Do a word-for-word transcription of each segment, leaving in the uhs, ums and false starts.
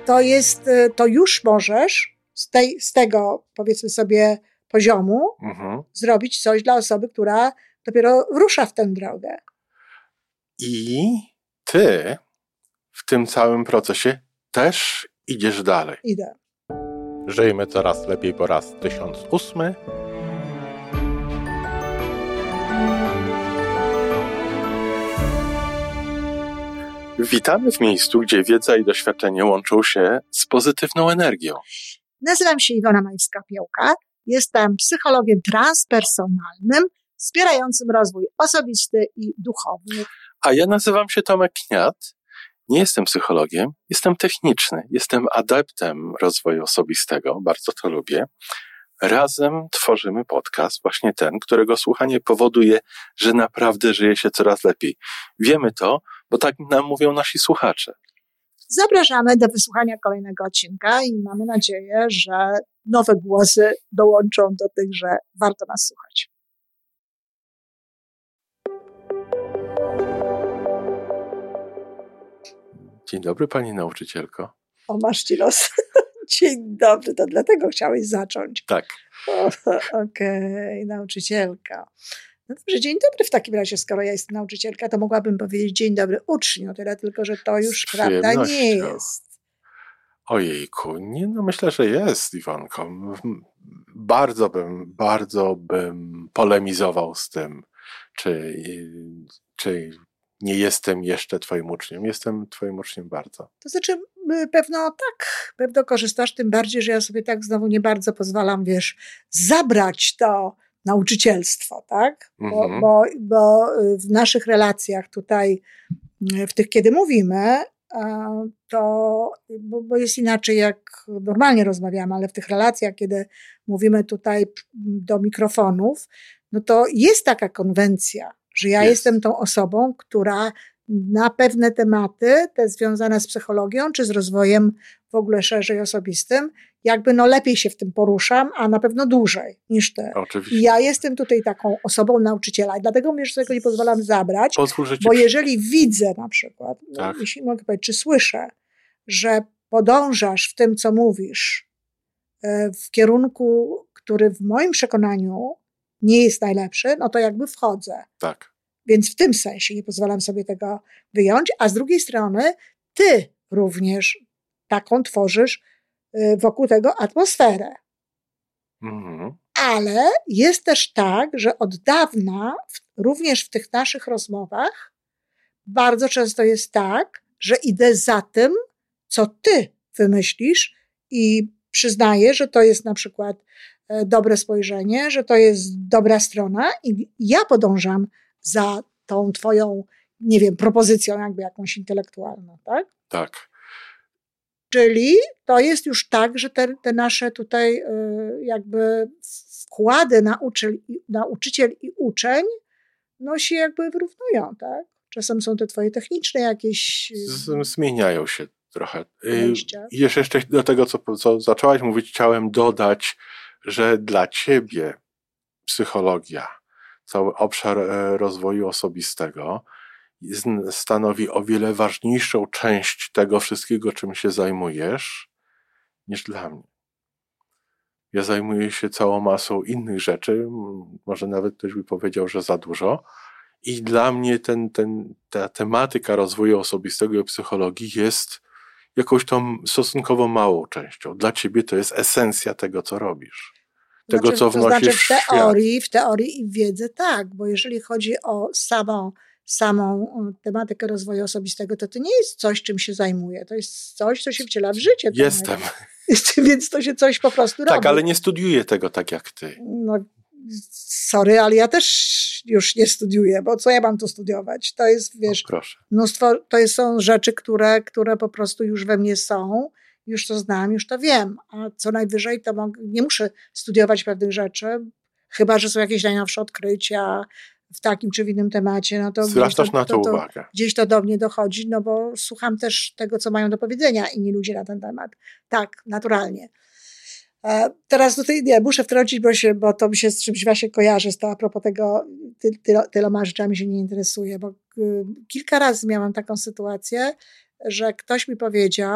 to jest, to już możesz z, tej, z tego, powiedzmy sobie, poziomu mhm. zrobić coś dla osoby, która dopiero rusza w tę drogę. I ty w tym całym procesie też idziesz dalej. Idę. Żyjmy coraz lepiej po raz tysiąc ósmy. Witamy w miejscu, gdzie wiedza i doświadczenie łączą się z pozytywną energią. Nazywam się Iwona Majewska-Piołka. Jestem psychologiem transpersonalnym, wspierającym rozwój osobisty i duchowy. A ja nazywam się Tomek Kniat. Nie jestem psychologiem, jestem techniczny. Jestem adeptem rozwoju osobistego, bardzo to lubię. Razem tworzymy podcast, właśnie ten, którego słuchanie powoduje, że naprawdę żyje się coraz lepiej. Wiemy to, bo tak nam mówią nasi słuchacze. Zapraszamy do wysłuchania kolejnego odcinka i mamy nadzieję, że nowe głosy dołączą do tych, że warto nas słuchać. Dzień dobry, pani nauczycielko. O, masz ci los. Dzień dobry, to dlatego chciałeś zacząć. Tak. Okej, okay, nauczycielka. No dobrze, dzień dobry w takim razie, skoro ja jestem nauczycielka, to mogłabym powiedzieć dzień dobry uczniu, tyle tylko, że to już prawda nie jest. Ojejku, nie, no myślę, że jest, Iwonko. Bardzo bym, bardzo bym polemizował z tym, czy, czy nie jestem jeszcze twoim uczniem. Jestem twoim uczniem bardzo. To znaczy, pewno tak, pewno korzystasz, tym bardziej, że ja sobie tak znowu nie bardzo pozwalam, wiesz, zabrać to nauczycielstwo, tak? Bo, mhm. bo, bo w naszych relacjach tutaj, w tych, kiedy mówimy, to, bo, bo jest inaczej, jak normalnie rozmawiamy, ale w tych relacjach, kiedy mówimy tutaj do mikrofonów, no to jest taka konwencja, że ja jest. jestem tą osobą, która na pewne tematy, te związane z psychologią, czy z rozwojem w ogóle szerzej osobistym, jakby no lepiej się w tym poruszam, a na pewno dłużej niż ty. Oczywiście. I ja jestem tutaj taką osobą nauczyciela i dlatego mówię, że sobie tego nie pozwalam zabrać, Pozwól, że bo jeżeli widzę na przykład, tak. no, jeśli mogę powiedzieć, czy słyszę, że podążasz w tym, co mówisz, w kierunku, który w moim przekonaniu nie jest najlepszy, no to jakby wchodzę. Tak. Więc w tym sensie nie pozwalam sobie tego wyjąć, a z drugiej strony ty również taką tworzysz wokół tego atmosferę. Mhm. Ale jest też tak, że od dawna, również w tych naszych rozmowach, bardzo często jest tak, że idę za tym, co ty wymyślisz i przyznaję, że to jest na przykład dobre spojrzenie, że to jest dobra strona i ja podążam za tą twoją, nie wiem, propozycją jakby jakąś intelektualną, tak? Tak. Czyli to jest już tak, że te, te nasze tutaj jakby wkłady nauczyciel, nauczyciel i uczeń no się jakby wyrównują, tak? Czasem są te twoje techniczne jakieś... Z, zmieniają się trochę. I jeszcze do tego, co, co zaczęłaś mówić, chciałem dodać, że dla ciebie psychologia, cały obszar rozwoju osobistego stanowi o wiele ważniejszą część tego wszystkiego, czym się zajmujesz, niż dla mnie. Ja zajmuję się całą masą innych rzeczy, może nawet ktoś by powiedział, że za dużo, i dla mnie ten, ten, ta tematyka rozwoju osobistego i psychologii jest jakąś tą stosunkowo małą częścią. Dla ciebie to jest esencja tego, co robisz. Tego, znaczy, co wnosisz to znaczy w teorii, w, w teorii i w wiedzę tak, bo jeżeli chodzi o samą, samą tematykę rozwoju osobistego, to to nie jest coś, czym się zajmuję. To jest coś, co się wciela w życie. Jestem. Więc to się coś po prostu robi. Tak, ale nie studiuję tego tak jak ty. No, sorry, ale ja też już nie studiuję, bo co ja mam tu studiować? To jest, wiesz, o, proszę. mnóstwo, to jest, są rzeczy, które, które po prostu już we mnie są. Już to znam, już to wiem, a co najwyżej to mogę, nie muszę studiować pewnych rzeczy, chyba że są jakieś najnowsze odkrycia w takim czy w innym temacie, no to, zwracasz to, na to, to, to uwagę. Gdzieś to do mnie dochodzi, no bo słucham też tego, co mają do powiedzenia inni ludzie na ten temat. Tak, naturalnie. E, teraz tutaj nie, muszę wtrącić, bo, się, bo to mi się z czymś właśnie kojarzy, z to a propos tego, ty, ty, tyloma rzeczami się nie interesuje, bo y, kilka razy miałam taką sytuację, że ktoś mi powiedział,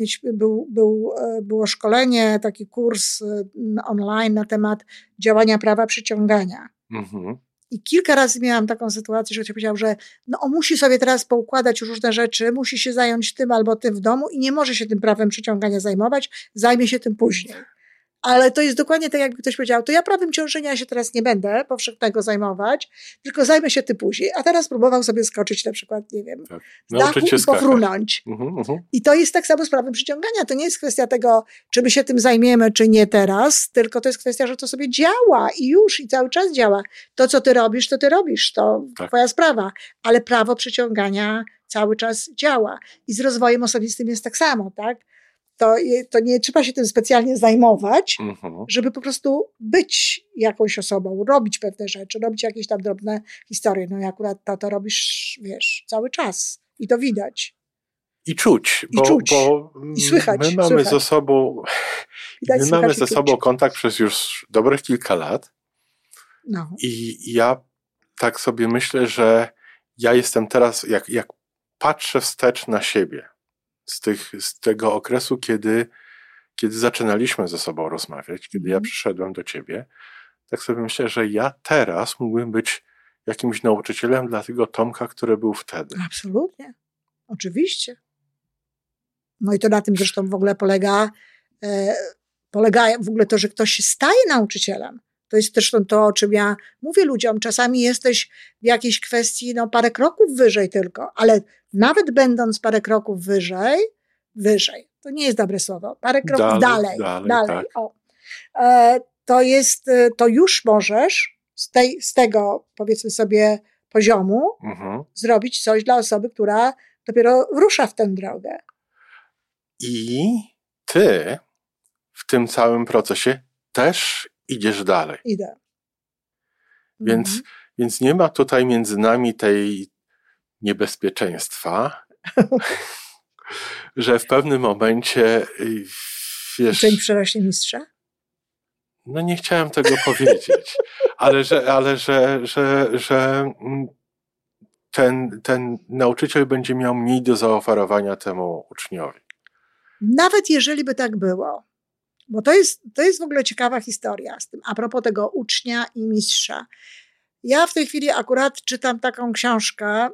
był, był, było szkolenie, taki kurs online na temat działania prawa przyciągania. Mhm. I kilka razy miałam taką sytuację, że ktoś powiedział, że no on musi sobie teraz poukładać różne rzeczy, musi się zająć tym albo tym w domu i nie może się tym prawem przyciągania zajmować, zajmie się tym później. Ale to jest dokładnie tak, jakby ktoś powiedział, to ja prawem ciążenia się teraz nie będę powszechnego zajmować, tylko zajmę się tym później. A teraz próbował sobie skoczyć na przykład, nie wiem, tak. z dachu i pofrunąć. Uh-huh, uh-huh. I to jest tak samo z prawem przyciągania. To nie jest kwestia tego, czy my się tym zajmiemy, czy nie teraz, tylko to jest kwestia, że to sobie działa i już, i cały czas działa. To, co ty robisz, to ty robisz, to tak. twoja sprawa. Ale prawo przyciągania cały czas działa. I z rozwojem osobistym jest tak samo, tak? To, to nie trzeba się tym specjalnie zajmować, uh-huh. żeby po prostu być jakąś osobą, robić pewne rzeczy, robić jakieś tam drobne historie. No i akurat to, to robisz, wiesz, cały czas. I to widać. I czuć. I bo, czuć. Bo I słychać. My mamy słychać. ze sobą, my mamy ze sobą kontakt przez już dobrych kilka lat. No. I ja tak sobie myślę, że ja jestem teraz, jak, jak patrzę wstecz na siebie, Z, tych, z tego okresu, kiedy, kiedy zaczynaliśmy ze sobą rozmawiać, kiedy ja przyszedłem do ciebie, tak sobie myślę, że ja teraz mógłbym być jakimś nauczycielem dla tego Tomka, który był wtedy. Absolutnie. Oczywiście. No i to na tym zresztą w ogóle polega, e, polega w ogóle to, że ktoś się staje nauczycielem. To jest zresztą to, o czym ja mówię ludziom. Czasami jesteś w jakiejś kwestii no, parę kroków wyżej tylko, ale nawet będąc parę kroków wyżej, wyżej, to nie jest dobre słowo, parę kroków dalej, dalej, dalej, dalej tak. o, e, to jest, to już możesz z, tej, z tego, powiedzmy sobie, poziomu mhm. zrobić coś dla osoby, która dopiero rusza w tę drogę. I ty w tym całym procesie też idziesz dalej. Idę. Więc, mhm. więc nie ma tutaj między nami tej niebezpieczeństwa, że w pewnym momencie wiesz... Czy mi przerośnie mistrza? No nie chciałem tego powiedzieć, ale że, ale że, że, że ten, ten nauczyciel będzie miał mniej do zaoferowania temu uczniowi. Nawet jeżeli by tak było, bo to jest, to jest w ogóle ciekawa historia z tym, a propos tego ucznia i mistrza. Ja w tej chwili akurat czytam taką książkę,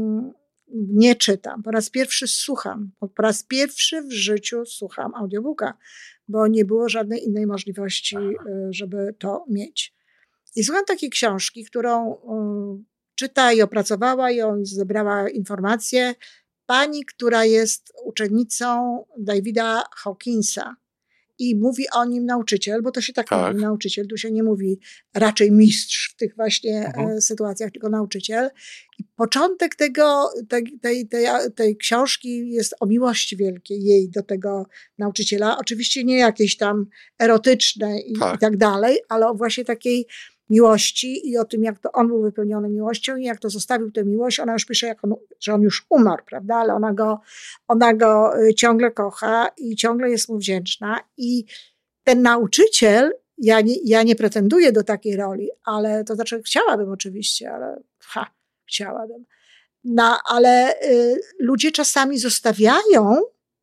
nie czytam, po raz pierwszy słucham, po raz pierwszy w życiu słucham audiobooka, bo nie było żadnej innej możliwości, żeby to mieć. I słucham takiej książki, którą czyta i opracowała i on zebrała informacje pani, która jest uczennicą Davida Hawkinsa. I mówi o nim nauczyciel, bo to się tak, tak. mówi, nauczyciel, tu się nie mówi raczej mistrz w tych właśnie mhm. sytuacjach, tylko nauczyciel. I początek tego, tej, tej, tej, tej książki jest o miłości wielkiej jej do tego nauczyciela. Oczywiście nie jakieś tam erotyczne i tak, i tak dalej, ale o właśnie takiej miłości i o tym, jak to on był wypełniony miłością i jak to zostawił tę miłość. Ona już pisze, jak on, że on już umarł, prawda, ale ona go, ona go ciągle kocha i ciągle jest mu wdzięczna. I ten nauczyciel, ja nie, ja nie pretenduję do takiej roli, ale to znaczy chciałabym oczywiście, ale ha, chciałabym. No, ale y, ludzie czasami zostawiają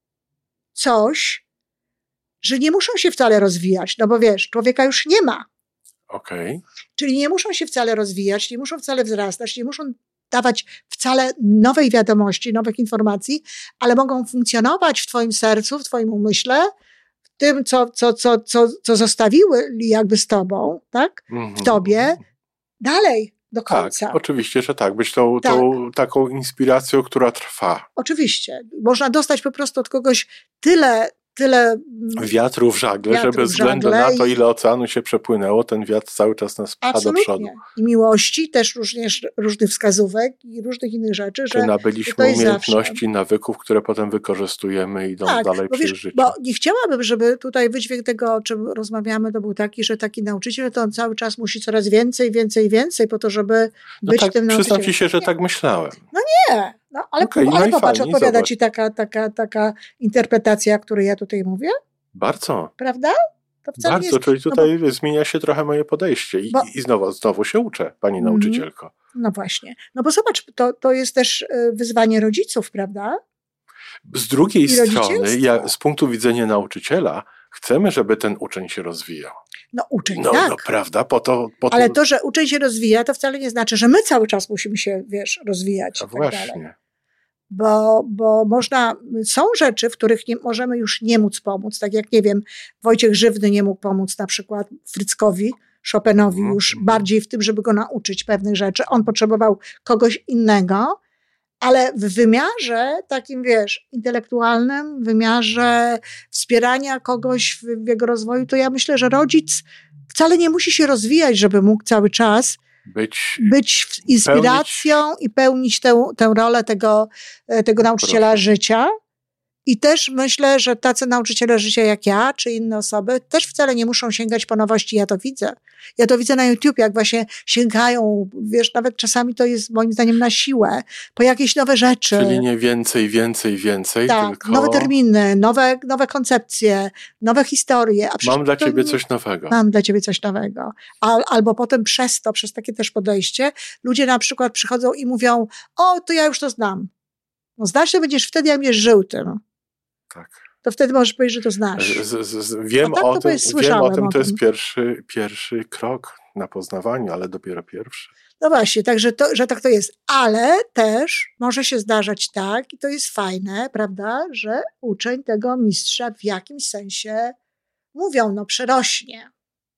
coś, że nie muszą się wcale rozwijać, no bo wiesz, człowieka już nie ma. Okay. Czyli nie muszą się wcale rozwijać, nie muszą wcale wzrastać, nie muszą dawać wcale nowej wiadomości, nowych informacji, ale mogą funkcjonować w twoim sercu, w twoim umyśle, w tym, co, co, co, co, co zostawiły jakby z tobą, tak? Mm-hmm. W tobie, dalej, do końca. Tak, oczywiście, że tak. Być tą, tak. tą taką inspiracją, która trwa. Oczywiście. Można dostać po prostu od kogoś tyle tyle wiatru w żagle, wiatru że bez względu na to, ile oceanu się przepłynęło, ten wiatr cały czas nas pcha do przodu. I miłości, też również różnych wskazówek i różnych innych rzeczy. Czy że nabyliśmy umiejętności, zawsze. nawyków, które potem wykorzystujemy i idą tak, dalej bo przez wiesz, życie. Bo nie chciałabym, żeby tutaj wydźwięk tego, o czym rozmawiamy, to był taki, że taki nauczyciel to on cały czas musi coraz więcej, więcej, więcej po to, żeby no być tak, tym nauczycielem. Przyznam ci się, że nie. tak myślałem. No nie, no, ale, okay, ale no popatrz, fajnie, odpowiada zobacz. ci taka, taka, taka interpretacja, o której ja tutaj mówię? Bardzo. Prawda? To wcale Bardzo, nie jest, czyli tutaj no bo, zmienia się trochę moje podejście i, bo, i znowu, znowu się uczę, pani mm, nauczycielko. No właśnie. No bo zobacz, to, to jest też wyzwanie rodziców, prawda? Z drugiej strony, ja, z punktu widzenia nauczyciela, chcemy, żeby ten uczeń się rozwijał. No uczeń, no, tak. No prawda, po to, po Ale to... to, że uczeń się rozwija, to wcale nie znaczy, że my cały czas musimy się, wiesz, rozwijać. A i tak właśnie. dalej. Bo, bo można, są rzeczy, w których nie, możemy już nie móc pomóc. Tak jak, nie wiem, Wojciech Żywny nie mógł pomóc na przykład Fryckowi, Chopinowi mm, już mm. bardziej w tym, żeby go nauczyć pewnych rzeczy. On potrzebował kogoś innego, ale w wymiarze takim, wiesz, intelektualnym, w wymiarze wspierania kogoś w, w jego rozwoju, to ja myślę, że rodzic wcale nie musi się rozwijać, żeby mógł cały czas być, być inspiracją pełnić, i pełnić tę, tę rolę tego, tego nauczyciela proszę. życia. I też myślę, że tacy nauczyciele życia jak ja, czy inne osoby, też wcale nie muszą sięgać po nowości. Ja to widzę. Ja to widzę na YouTube, jak właśnie sięgają, wiesz, nawet czasami to jest moim zdaniem na siłę, po jakieś nowe rzeczy. Czyli nie więcej, więcej, więcej, tak, tylko... nowe terminy, nowe, nowe koncepcje, nowe historie. A mam dla ciebie coś nowego. Mam dla ciebie coś nowego. Al, albo potem przez to, przez takie też podejście, ludzie na przykład przychodzą i mówią, o, to ja już to znam. No znać to będziesz wtedy, jak będziesz żył tym. Tak. To wtedy możesz powiedzieć, że to znasz. Z, z, z, wiem, tak, o tym, wiem o tym, to jest pierwszy, pierwszy krok na poznawaniu, ale dopiero pierwszy. No właśnie, także to, że tak to jest. Ale też może się zdarzać tak, i to jest fajne, prawda, że uczeń tego mistrza w jakimś sensie, mówią, no przerośnie.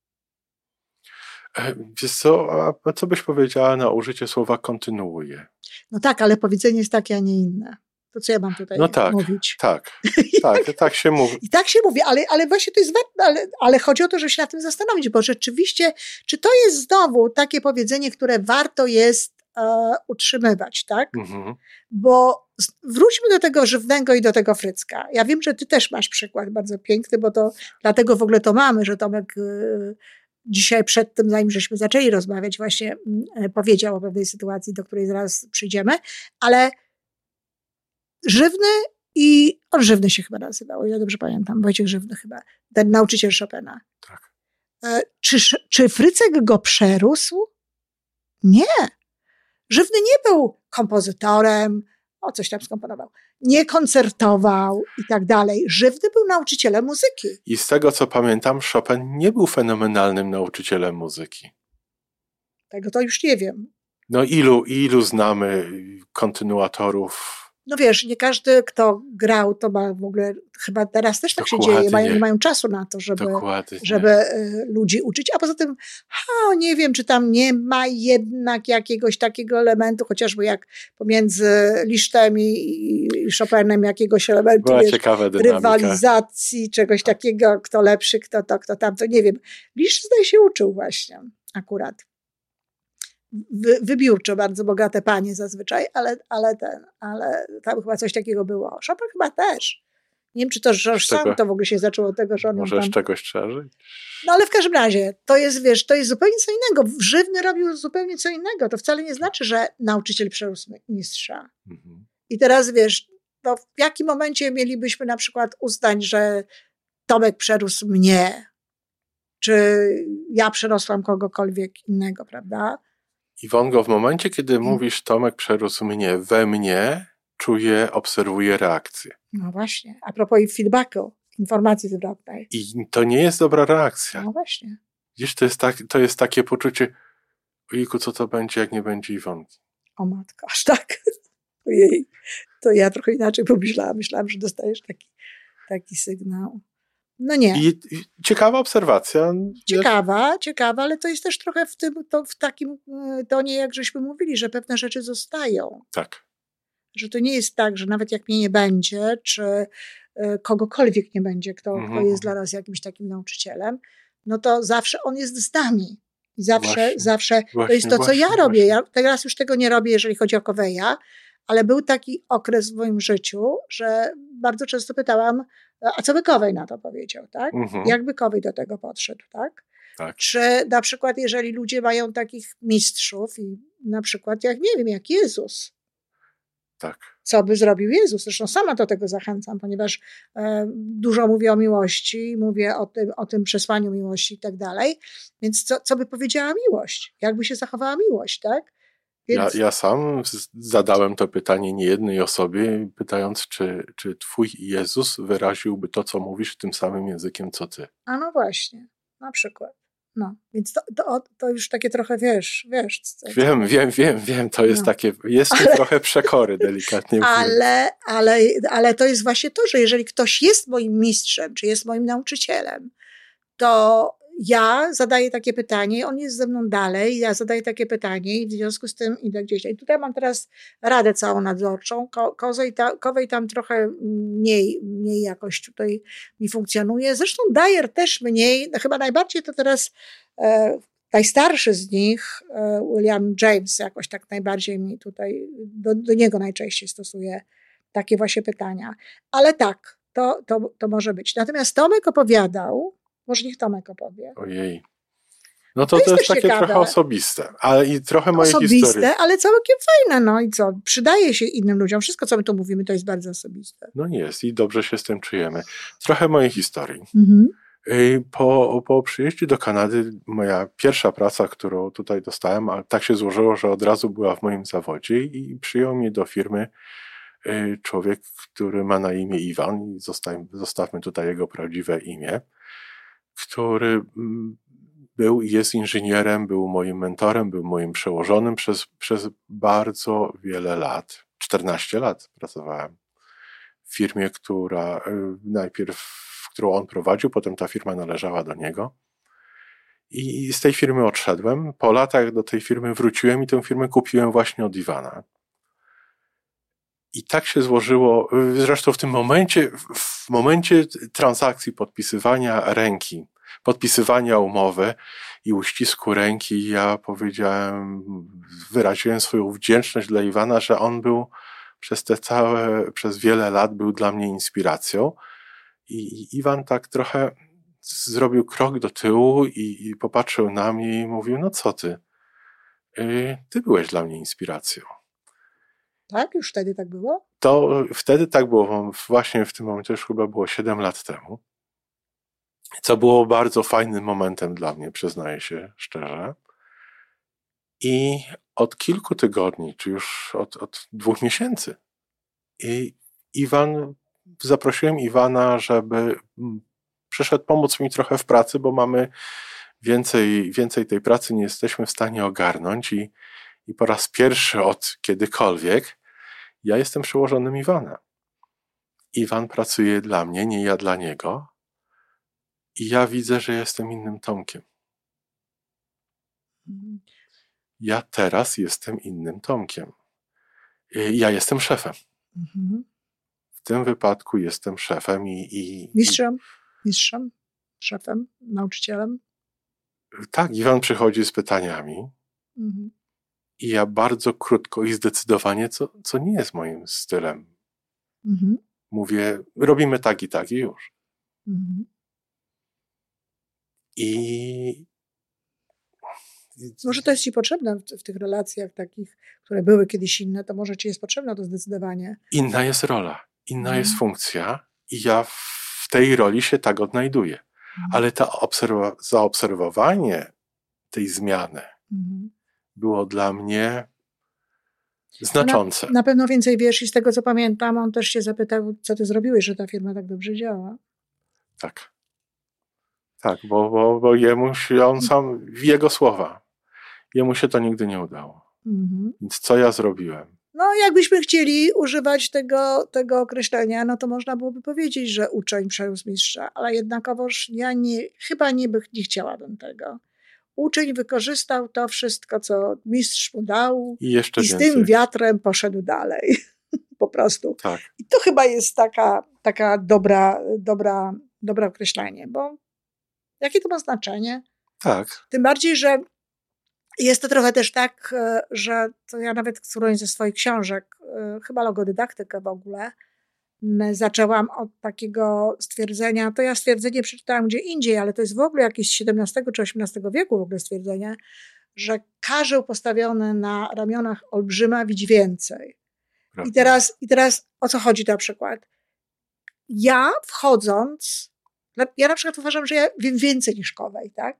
Wiesz co, a co byś powiedziała na użycie słowa kontynuuje? No tak, ale powiedzenie jest takie, a nie inne. To co ja mam tutaj no tak, mówić? Tak, tak, tak się mówi. I tak się mówi, ale, ale właśnie to jest, ale, ale chodzi o to, żeby się nad tym zastanowić, bo rzeczywiście, czy to jest znowu takie powiedzenie, które warto jest e, utrzymywać, tak? Mhm. Bo wróćmy do tego Żywnego i do tego Frycka. Ja wiem, że ty też masz przykład bardzo piękny, bo to dlatego w ogóle to mamy, że Tomek e, dzisiaj przed tym, zanim żeśmy zaczęli rozmawiać, właśnie e, powiedział o pewnej sytuacji, do której zaraz przyjdziemy, ale Żywny i on Żywny się chyba nazywał, ja dobrze pamiętam, Wojciech Żywny chyba, ten nauczyciel Chopina. Tak. E, czy, czy Frycek go przerósł? Nie. Żywny nie był kompozytorem, o coś tam skomponował, nie koncertował i tak dalej. Żywny był nauczycielem muzyki. I z tego co pamiętam, Chopin nie był fenomenalnym nauczycielem muzyki. Tego to już nie wiem. No ilu, ilu znamy kontynuatorów? No wiesz, nie każdy, kto grał, to ma w ogóle, chyba teraz też tak Dokładnie. się dzieje, mają, nie mają czasu na to, żeby, żeby ludzi uczyć, a poza tym, ha, nie wiem, czy tam nie ma jednak jakiegoś takiego elementu, chociażby jak pomiędzy Lisztem i, i Chopinem jakiegoś elementu, wiesz, rywalizacji, czegoś takiego, kto lepszy, kto to, kto tamto, nie wiem. Liszt zdaje się uczył właśnie akurat. Wy, wybiórczo, bardzo bogate panie zazwyczaj, ale, ale ten, ale tam chyba coś takiego było. Chopin chyba też. Nie wiem, czy to George Sand to w ogóle się zaczęło od tego, że on może tam... z czegoś trzeba żyć? No ale w każdym razie, to jest, wiesz, to jest zupełnie co innego. Żywny robił zupełnie co innego. To wcale nie znaczy, że nauczyciel przerósł mistrza. Mhm. I teraz, wiesz, to w jakim momencie mielibyśmy na przykład uznać, że Tomek przerósł mnie, czy ja przerosłam kogokolwiek innego, prawda? Iwongo, w momencie, kiedy hmm. mówisz Tomek przerósł mnie, we mnie czuję, obserwuję reakcję. No właśnie. A propos feedbacku, informacji zwrotnej. I to nie jest dobra reakcja. No właśnie. Widzisz, to jest, tak, to jest takie poczucie, ojejku, co to będzie, jak nie będzie Iwonki. O matko, aż tak. Ojej. To ja trochę inaczej pomyślałam. Myślałam, że dostajesz taki, taki sygnał. No nie. I, I ciekawa obserwacja. Ciekawa, ciekawa, ale to jest też trochę w tym, to w takim tonie, jak żeśmy mówili, że pewne rzeczy zostają. Tak. Że to nie jest tak, że nawet jak mnie nie będzie, czy kogokolwiek nie będzie, kto, mm-hmm. kto jest dla nas jakimś takim nauczycielem, no to zawsze on jest z nami. I zawsze, właśnie, zawsze właśnie, to jest to, właśnie, co ja robię. Ja teraz już tego nie robię, jeżeli chodzi o Coveya, ale był taki okres w moim życiu, że bardzo często pytałam, a co by Covey na to powiedział, tak? Mhm. Jak by Covey do tego podszedł, tak? tak? Czy na przykład, jeżeli ludzie mają takich mistrzów i na przykład, jak nie wiem, jak Jezus. Tak. Co by zrobił Jezus? Zresztą sama do tego zachęcam, ponieważ e, dużo mówię o miłości, mówię o tym, o tym przesłaniu miłości i tak dalej. Więc co, co by powiedziała miłość? Jak by się zachowała miłość, tak? Więc... Ja, ja sam zadałem to pytanie niejednej osobie, pytając, czy, czy twój Jezus wyraziłby to, co mówisz, tym samym językiem, co ty. A no właśnie, na przykład. No, więc to, to, to już takie trochę, wiesz, wiesz. Co, wiem, co... wiem, wiem, wiem, to jest no. takie, jest ale... trochę przekory, delikatnie mówiąc. Ale, ale, ale to jest właśnie to, że jeżeli ktoś jest moim mistrzem, czy jest moim nauczycielem, to ja zadaję takie pytanie, on jest ze mną dalej, ja zadaję takie pytanie i w związku z tym idę gdzieś. I tutaj mam teraz radę całą nadzorczą, Ko- Kowej, ta, Kowej tam trochę mniej, mniej jakoś tutaj mi funkcjonuje. Zresztą Dyer też mniej, no chyba najbardziej to teraz e, najstarszy z nich, e, William James, jakoś tak najbardziej mi tutaj, do, do niego najczęściej stosuję takie właśnie pytania. Ale tak, to, to, to może być. Natomiast Tomek opowiadał, może niech Tomek opowie. Ojej. No to to, to jest, jest takie ciekawe. Trochę osobiste, ale i trochę mojej historii. Osobiste, ale całkiem fajne, no i co? Przydaje się innym ludziom. Wszystko, co my tu mówimy, to jest bardzo osobiste. No nie jest i dobrze się z tym czujemy. Trochę mojej historii. Mhm. Po, po przyjeździe do Kanady moja pierwsza praca, którą tutaj dostałem, a tak się złożyło, że od razu była w moim zawodzie i przyjął mnie do firmy człowiek, który ma na imię Iwan i zostawmy tutaj jego prawdziwe imię, który był i jest inżynierem, był moim mentorem, był moim przełożonym przez, przez bardzo wiele lat. czternaście lat pracowałem w firmie, która najpierw, którą on prowadził, potem ta firma należała do niego. I z tej firmy odszedłem. Po latach do tej firmy wróciłem i tę firmę kupiłem właśnie od Iwana. I tak się złożyło, zresztą w tym momencie, w momencie transakcji podpisywania ręki, podpisywania umowy i uścisku ręki, ja powiedziałem, wyraziłem swoją wdzięczność dla Iwana, że on był przez te całe, przez wiele lat był dla mnie inspiracją. I Iwan tak trochę zrobił krok do tyłu i, i popatrzył na mnie i mówił, no co ty, ty byłeś dla mnie inspiracją. Tak? Już wtedy tak było? To wtedy tak było, właśnie w tym momencie już chyba było siedem lat temu, co było bardzo fajnym momentem dla mnie, przyznaję się szczerze. I od kilku tygodni, czy już od, od dwóch miesięcy, i Iwan, zaprosiłem Iwana, żeby przyszedł pomóc mi trochę w pracy, bo mamy więcej, więcej tej pracy nie jesteśmy w stanie ogarnąć i, i po raz pierwszy od kiedykolwiek ja jestem przełożonym Iwana. Iwan pracuje dla mnie, nie ja dla niego. I ja widzę, że jestem innym Tomkiem. Ja teraz jestem innym Tomkiem. Ja jestem szefem. Mhm. W tym wypadku jestem szefem i... i mistrzem? Mistrzem? Szefem? Nauczycielem? Tak, Iwan przychodzi z pytaniami. Mhm. I ja bardzo krótko i zdecydowanie, co, co nie jest moim stylem. Mhm. Mówię, robimy tak i tak i już. Mhm. I... Może to jest ci potrzebne w, w tych relacjach takich, które były kiedyś inne, to może ci jest potrzebne to zdecydowanie. Inna jest rola, inna mhm. jest funkcja i ja w tej roli się tak odnajduję. Mhm. Ale ta obserwa- zaobserwowanie tej zmiany mhm. było dla mnie znaczące. Na, na pewno więcej wiesz i z tego, co pamiętam, on też się zapytał, co ty zrobiłeś, że ta firma tak dobrze działa. Tak. Tak, bo, bo, bo jemu się, on sam, jego słowa, jemu się to nigdy nie udało. Mhm. Więc co ja zrobiłem? No, jakbyśmy chcieli używać tego, tego określenia, no to można byłoby powiedzieć, że uczeń przerósł mistrza, ale jednakowoż ja nie, chyba nie, by, nie chciałabym tego. Uczeń wykorzystał to wszystko, co mistrz mu dał i, jeszcze i z więcej. tym wiatrem poszedł dalej. Po prostu. Tak. I to chyba jest taka, taka dobra, dobra, dobre określenie, bo jakie to ma znaczenie? Tak. Tym bardziej, że jest to trochę też tak, że to ja nawet którąś ze swoich książek, chyba logodydaktykę w ogóle, zaczęłam od takiego stwierdzenia, to ja stwierdzenie przeczytałam gdzie indziej, ale to jest w ogóle jakieś z siedemnastego czy osiemnastego wieku w ogóle stwierdzenie, że karzeł postawiony na ramionach olbrzyma widzi więcej. I teraz, I teraz o co chodzi na przykład? Ja wchodząc, ja na przykład uważam, że ja wiem więcej niż Kowej, tak?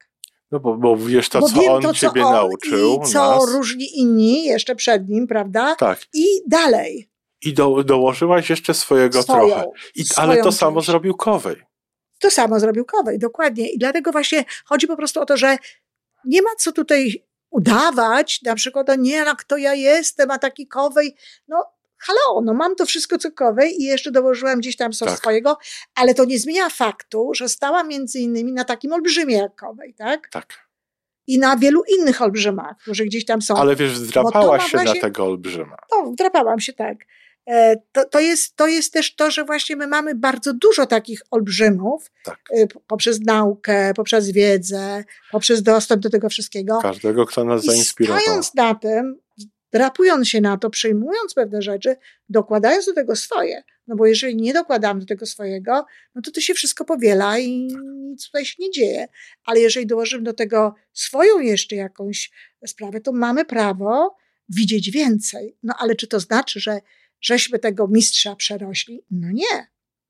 No bo, bo wiesz to, bo co on to, ciebie co on nauczył. I co nas. różni inni jeszcze przed nim, prawda? Tak. I dalej. I do, dołożyłaś jeszcze swojego Swoją, trochę. I, ale to część. samo zrobił Kowej. To samo zrobił Kowej, dokładnie. I dlatego właśnie chodzi po prostu o to, że nie ma co tutaj udawać, na przykład, no nie, no kto ja jestem, a taki Kowej, no halo, no mam to wszystko co Kowej i jeszcze dołożyłam gdzieś tam coś tak. swojego, ale to nie zmienia faktu, że stała między innymi na takim olbrzymie jak Kowej, tak? Tak. I na wielu innych olbrzymach, którzy gdzieś tam są. Ale wiesz, wdrapałaś się właśnie, na tego olbrzyma. No, wdrapałam się, tak. To, to, jest, to jest też to, że właśnie my mamy bardzo dużo takich olbrzymów tak. poprzez naukę, poprzez wiedzę, poprzez dostęp do tego wszystkiego. Każdego, kto nas zainspirował. I stając na tym, drapując się na to, przyjmując pewne rzeczy, dokładając do tego swoje. No bo jeżeli nie dokładamy do tego swojego, no to to się wszystko powiela i nic tutaj się nie dzieje. Ale jeżeli dołożymy do tego swoją jeszcze jakąś sprawę, to mamy prawo widzieć więcej. No ale czy to znaczy, że żeśmy tego mistrza przerośli? No nie.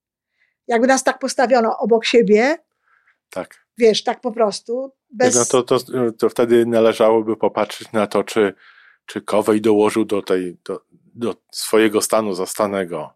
Jakby nas tak postawiono obok siebie, tak. wiesz, tak po prostu. Bez... No to, to, to wtedy należałoby popatrzeć na to, czy, czy Kowej dołożył do, tej, do, do swojego stanu zastanego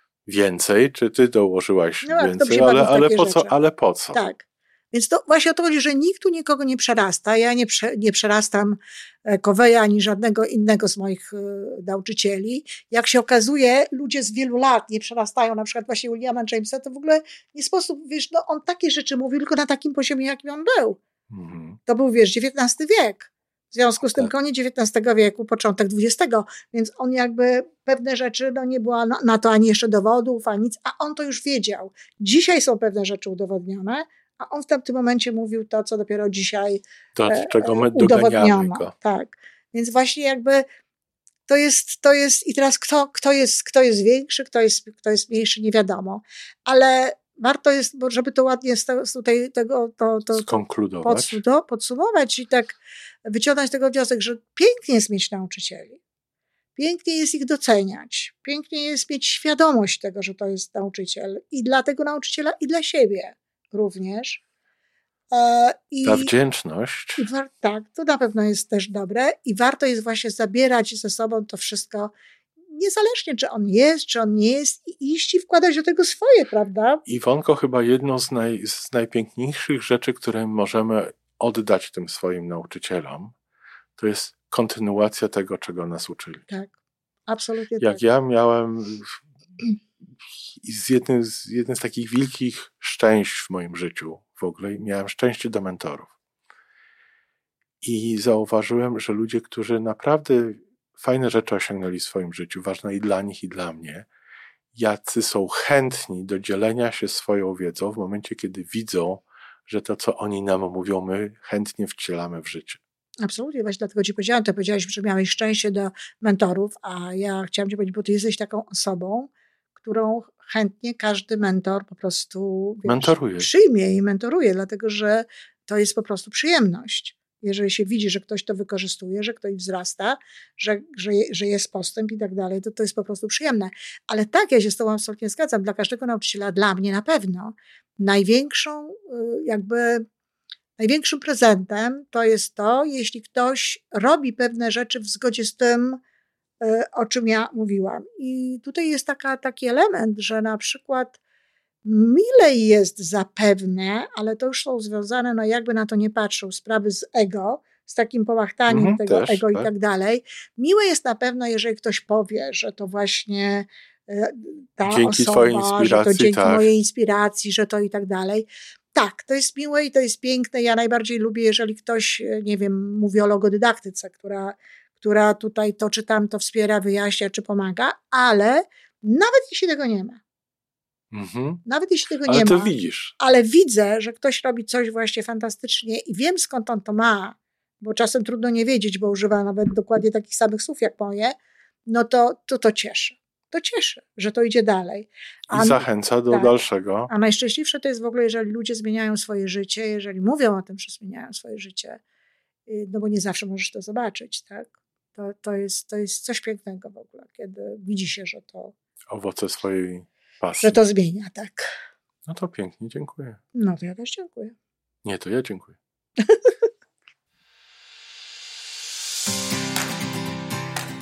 więcej, czy ty dołożyłaś no, więcej, ale, ale, po co, ale po co? Tak. Więc to właśnie o to chodzi, że nikt tu nikogo nie przerasta. Ja nie, prze, nie przerastam Koweja ani żadnego innego z moich y, nauczycieli. Jak się okazuje, ludzie z wielu lat nie przerastają, na przykład właśnie Williama Jamesa, to w ogóle nie sposób, wiesz, no on takie rzeczy mówił, tylko na takim poziomie, jakim on był. Mhm. To był, wiesz, dziewiętnasty wiek. W związku z tym tak. Koniec dziewiętnastego wieku, początek dwudziestego, więc on jakby pewne rzeczy, no nie było na, na to ani jeszcze dowodów, ani nic, a on to już wiedział. Dzisiaj są pewne rzeczy udowodnione, a on w tamtym momencie mówił to, co dopiero dzisiaj to, czego my udowodniono. Go. Tak. Więc właśnie jakby to jest, to jest i teraz kto, kto, jest, kto jest większy, kto jest, kto jest mniejszy, nie wiadomo. Ale warto jest, żeby to ładnie tutaj tego to, to, skonkludować. To podsumować i tak wyciągnąć z tego wniosek, że pięknie jest mieć nauczycieli. Pięknie jest ich doceniać. Pięknie jest mieć świadomość tego, że to jest nauczyciel. I dla tego nauczyciela, i dla siebie również. E, i, Ta wdzięczność. I war, tak, to na pewno jest też dobre. I warto jest właśnie zabierać ze sobą to wszystko, niezależnie czy on jest, czy on nie jest, i iść i wkładać do tego swoje, prawda? Iwonko, chyba jedną z, naj, z najpiękniejszych rzeczy, które możemy oddać tym swoim nauczycielom, to jest kontynuacja tego, czego nas uczyli. Tak, absolutnie Jak tak. ja miałem z jednym, z jednym z takich wielkich szczęść w moim życiu w ogóle, miałem szczęście do mentorów. I zauważyłem, że ludzie, którzy naprawdę fajne rzeczy osiągnęli w swoim życiu, ważne i dla nich, i dla mnie, jacy są chętni do dzielenia się swoją wiedzą w momencie, kiedy widzą, że to, co oni nam mówią, my chętnie wcielamy w życie. Absolutnie, właśnie dlatego ci powiedziałam, to powiedziałeś, że miałeś szczęście do mentorów, a ja chciałam ci powiedzieć, bo ty jesteś taką osobą, którą chętnie każdy mentor po prostu wiesz, mentoruje. Przyjmie i mentoruje, dlatego że to jest po prostu przyjemność. Jeżeli się widzi, że ktoś to wykorzystuje, że ktoś wzrasta, że, że, że jest postęp i tak dalej, to to jest po prostu przyjemne. Ale tak, ja się z tobą absolutnie zgadzam. Dla każdego nauczyciela, dla mnie na pewno, największą jakby największym prezentem to jest to, jeśli ktoś robi pewne rzeczy w zgodzie z tym, o czym ja mówiłam. I tutaj jest taka, taki element, że na przykład milej jest zapewne, ale to już są związane, no jakby na to nie patrzył, sprawy z ego, z takim połachtaniem mm, tego też, ego tak. i tak dalej. Miłe jest na pewno, jeżeli ktoś powie, że to właśnie ta dzięki osoba, twojej inspiracji, że to dzięki tak. mojej inspiracji, że to i tak dalej. Tak, to jest miłe i to jest piękne. Ja najbardziej lubię, jeżeli ktoś, nie wiem, mówi o logodydaktyce, która, która tutaj to czy tamto wspiera, wyjaśnia, czy pomaga, ale nawet jeśli tego nie ma. Mhm. Nawet jeśli tego ale nie to ma. Widzisz. Ale widzę, że ktoś robi coś właśnie fantastycznie i wiem, skąd on to ma, bo czasem trudno nie wiedzieć, bo używa nawet dokładnie takich samych słów jak moje, no to to, to cieszy. To cieszy, że to idzie dalej. A, I zachęca do tak, dalszego. A najszczęśliwsze to jest w ogóle, jeżeli ludzie zmieniają swoje życie, jeżeli mówią o tym, że zmieniają swoje życie, no bo nie zawsze możesz to zobaczyć, tak? To, to, jest, to jest coś pięknego w ogóle, kiedy widzi się, że to... Owoce swojej pasji. Że to zmienia, tak. No to pięknie, dziękuję. No to ja też dziękuję. Nie, to ja dziękuję.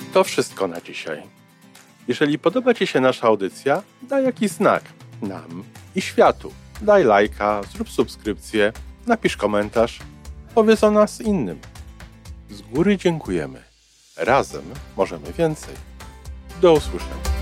To wszystko na dzisiaj. Jeżeli podoba Ci się nasza audycja, daj jakiś znak nam i światu. Daj lajka, zrób subskrypcję, napisz komentarz, powiedz o nas innym. Z góry dziękujemy. Razem możemy więcej. Do usłyszenia.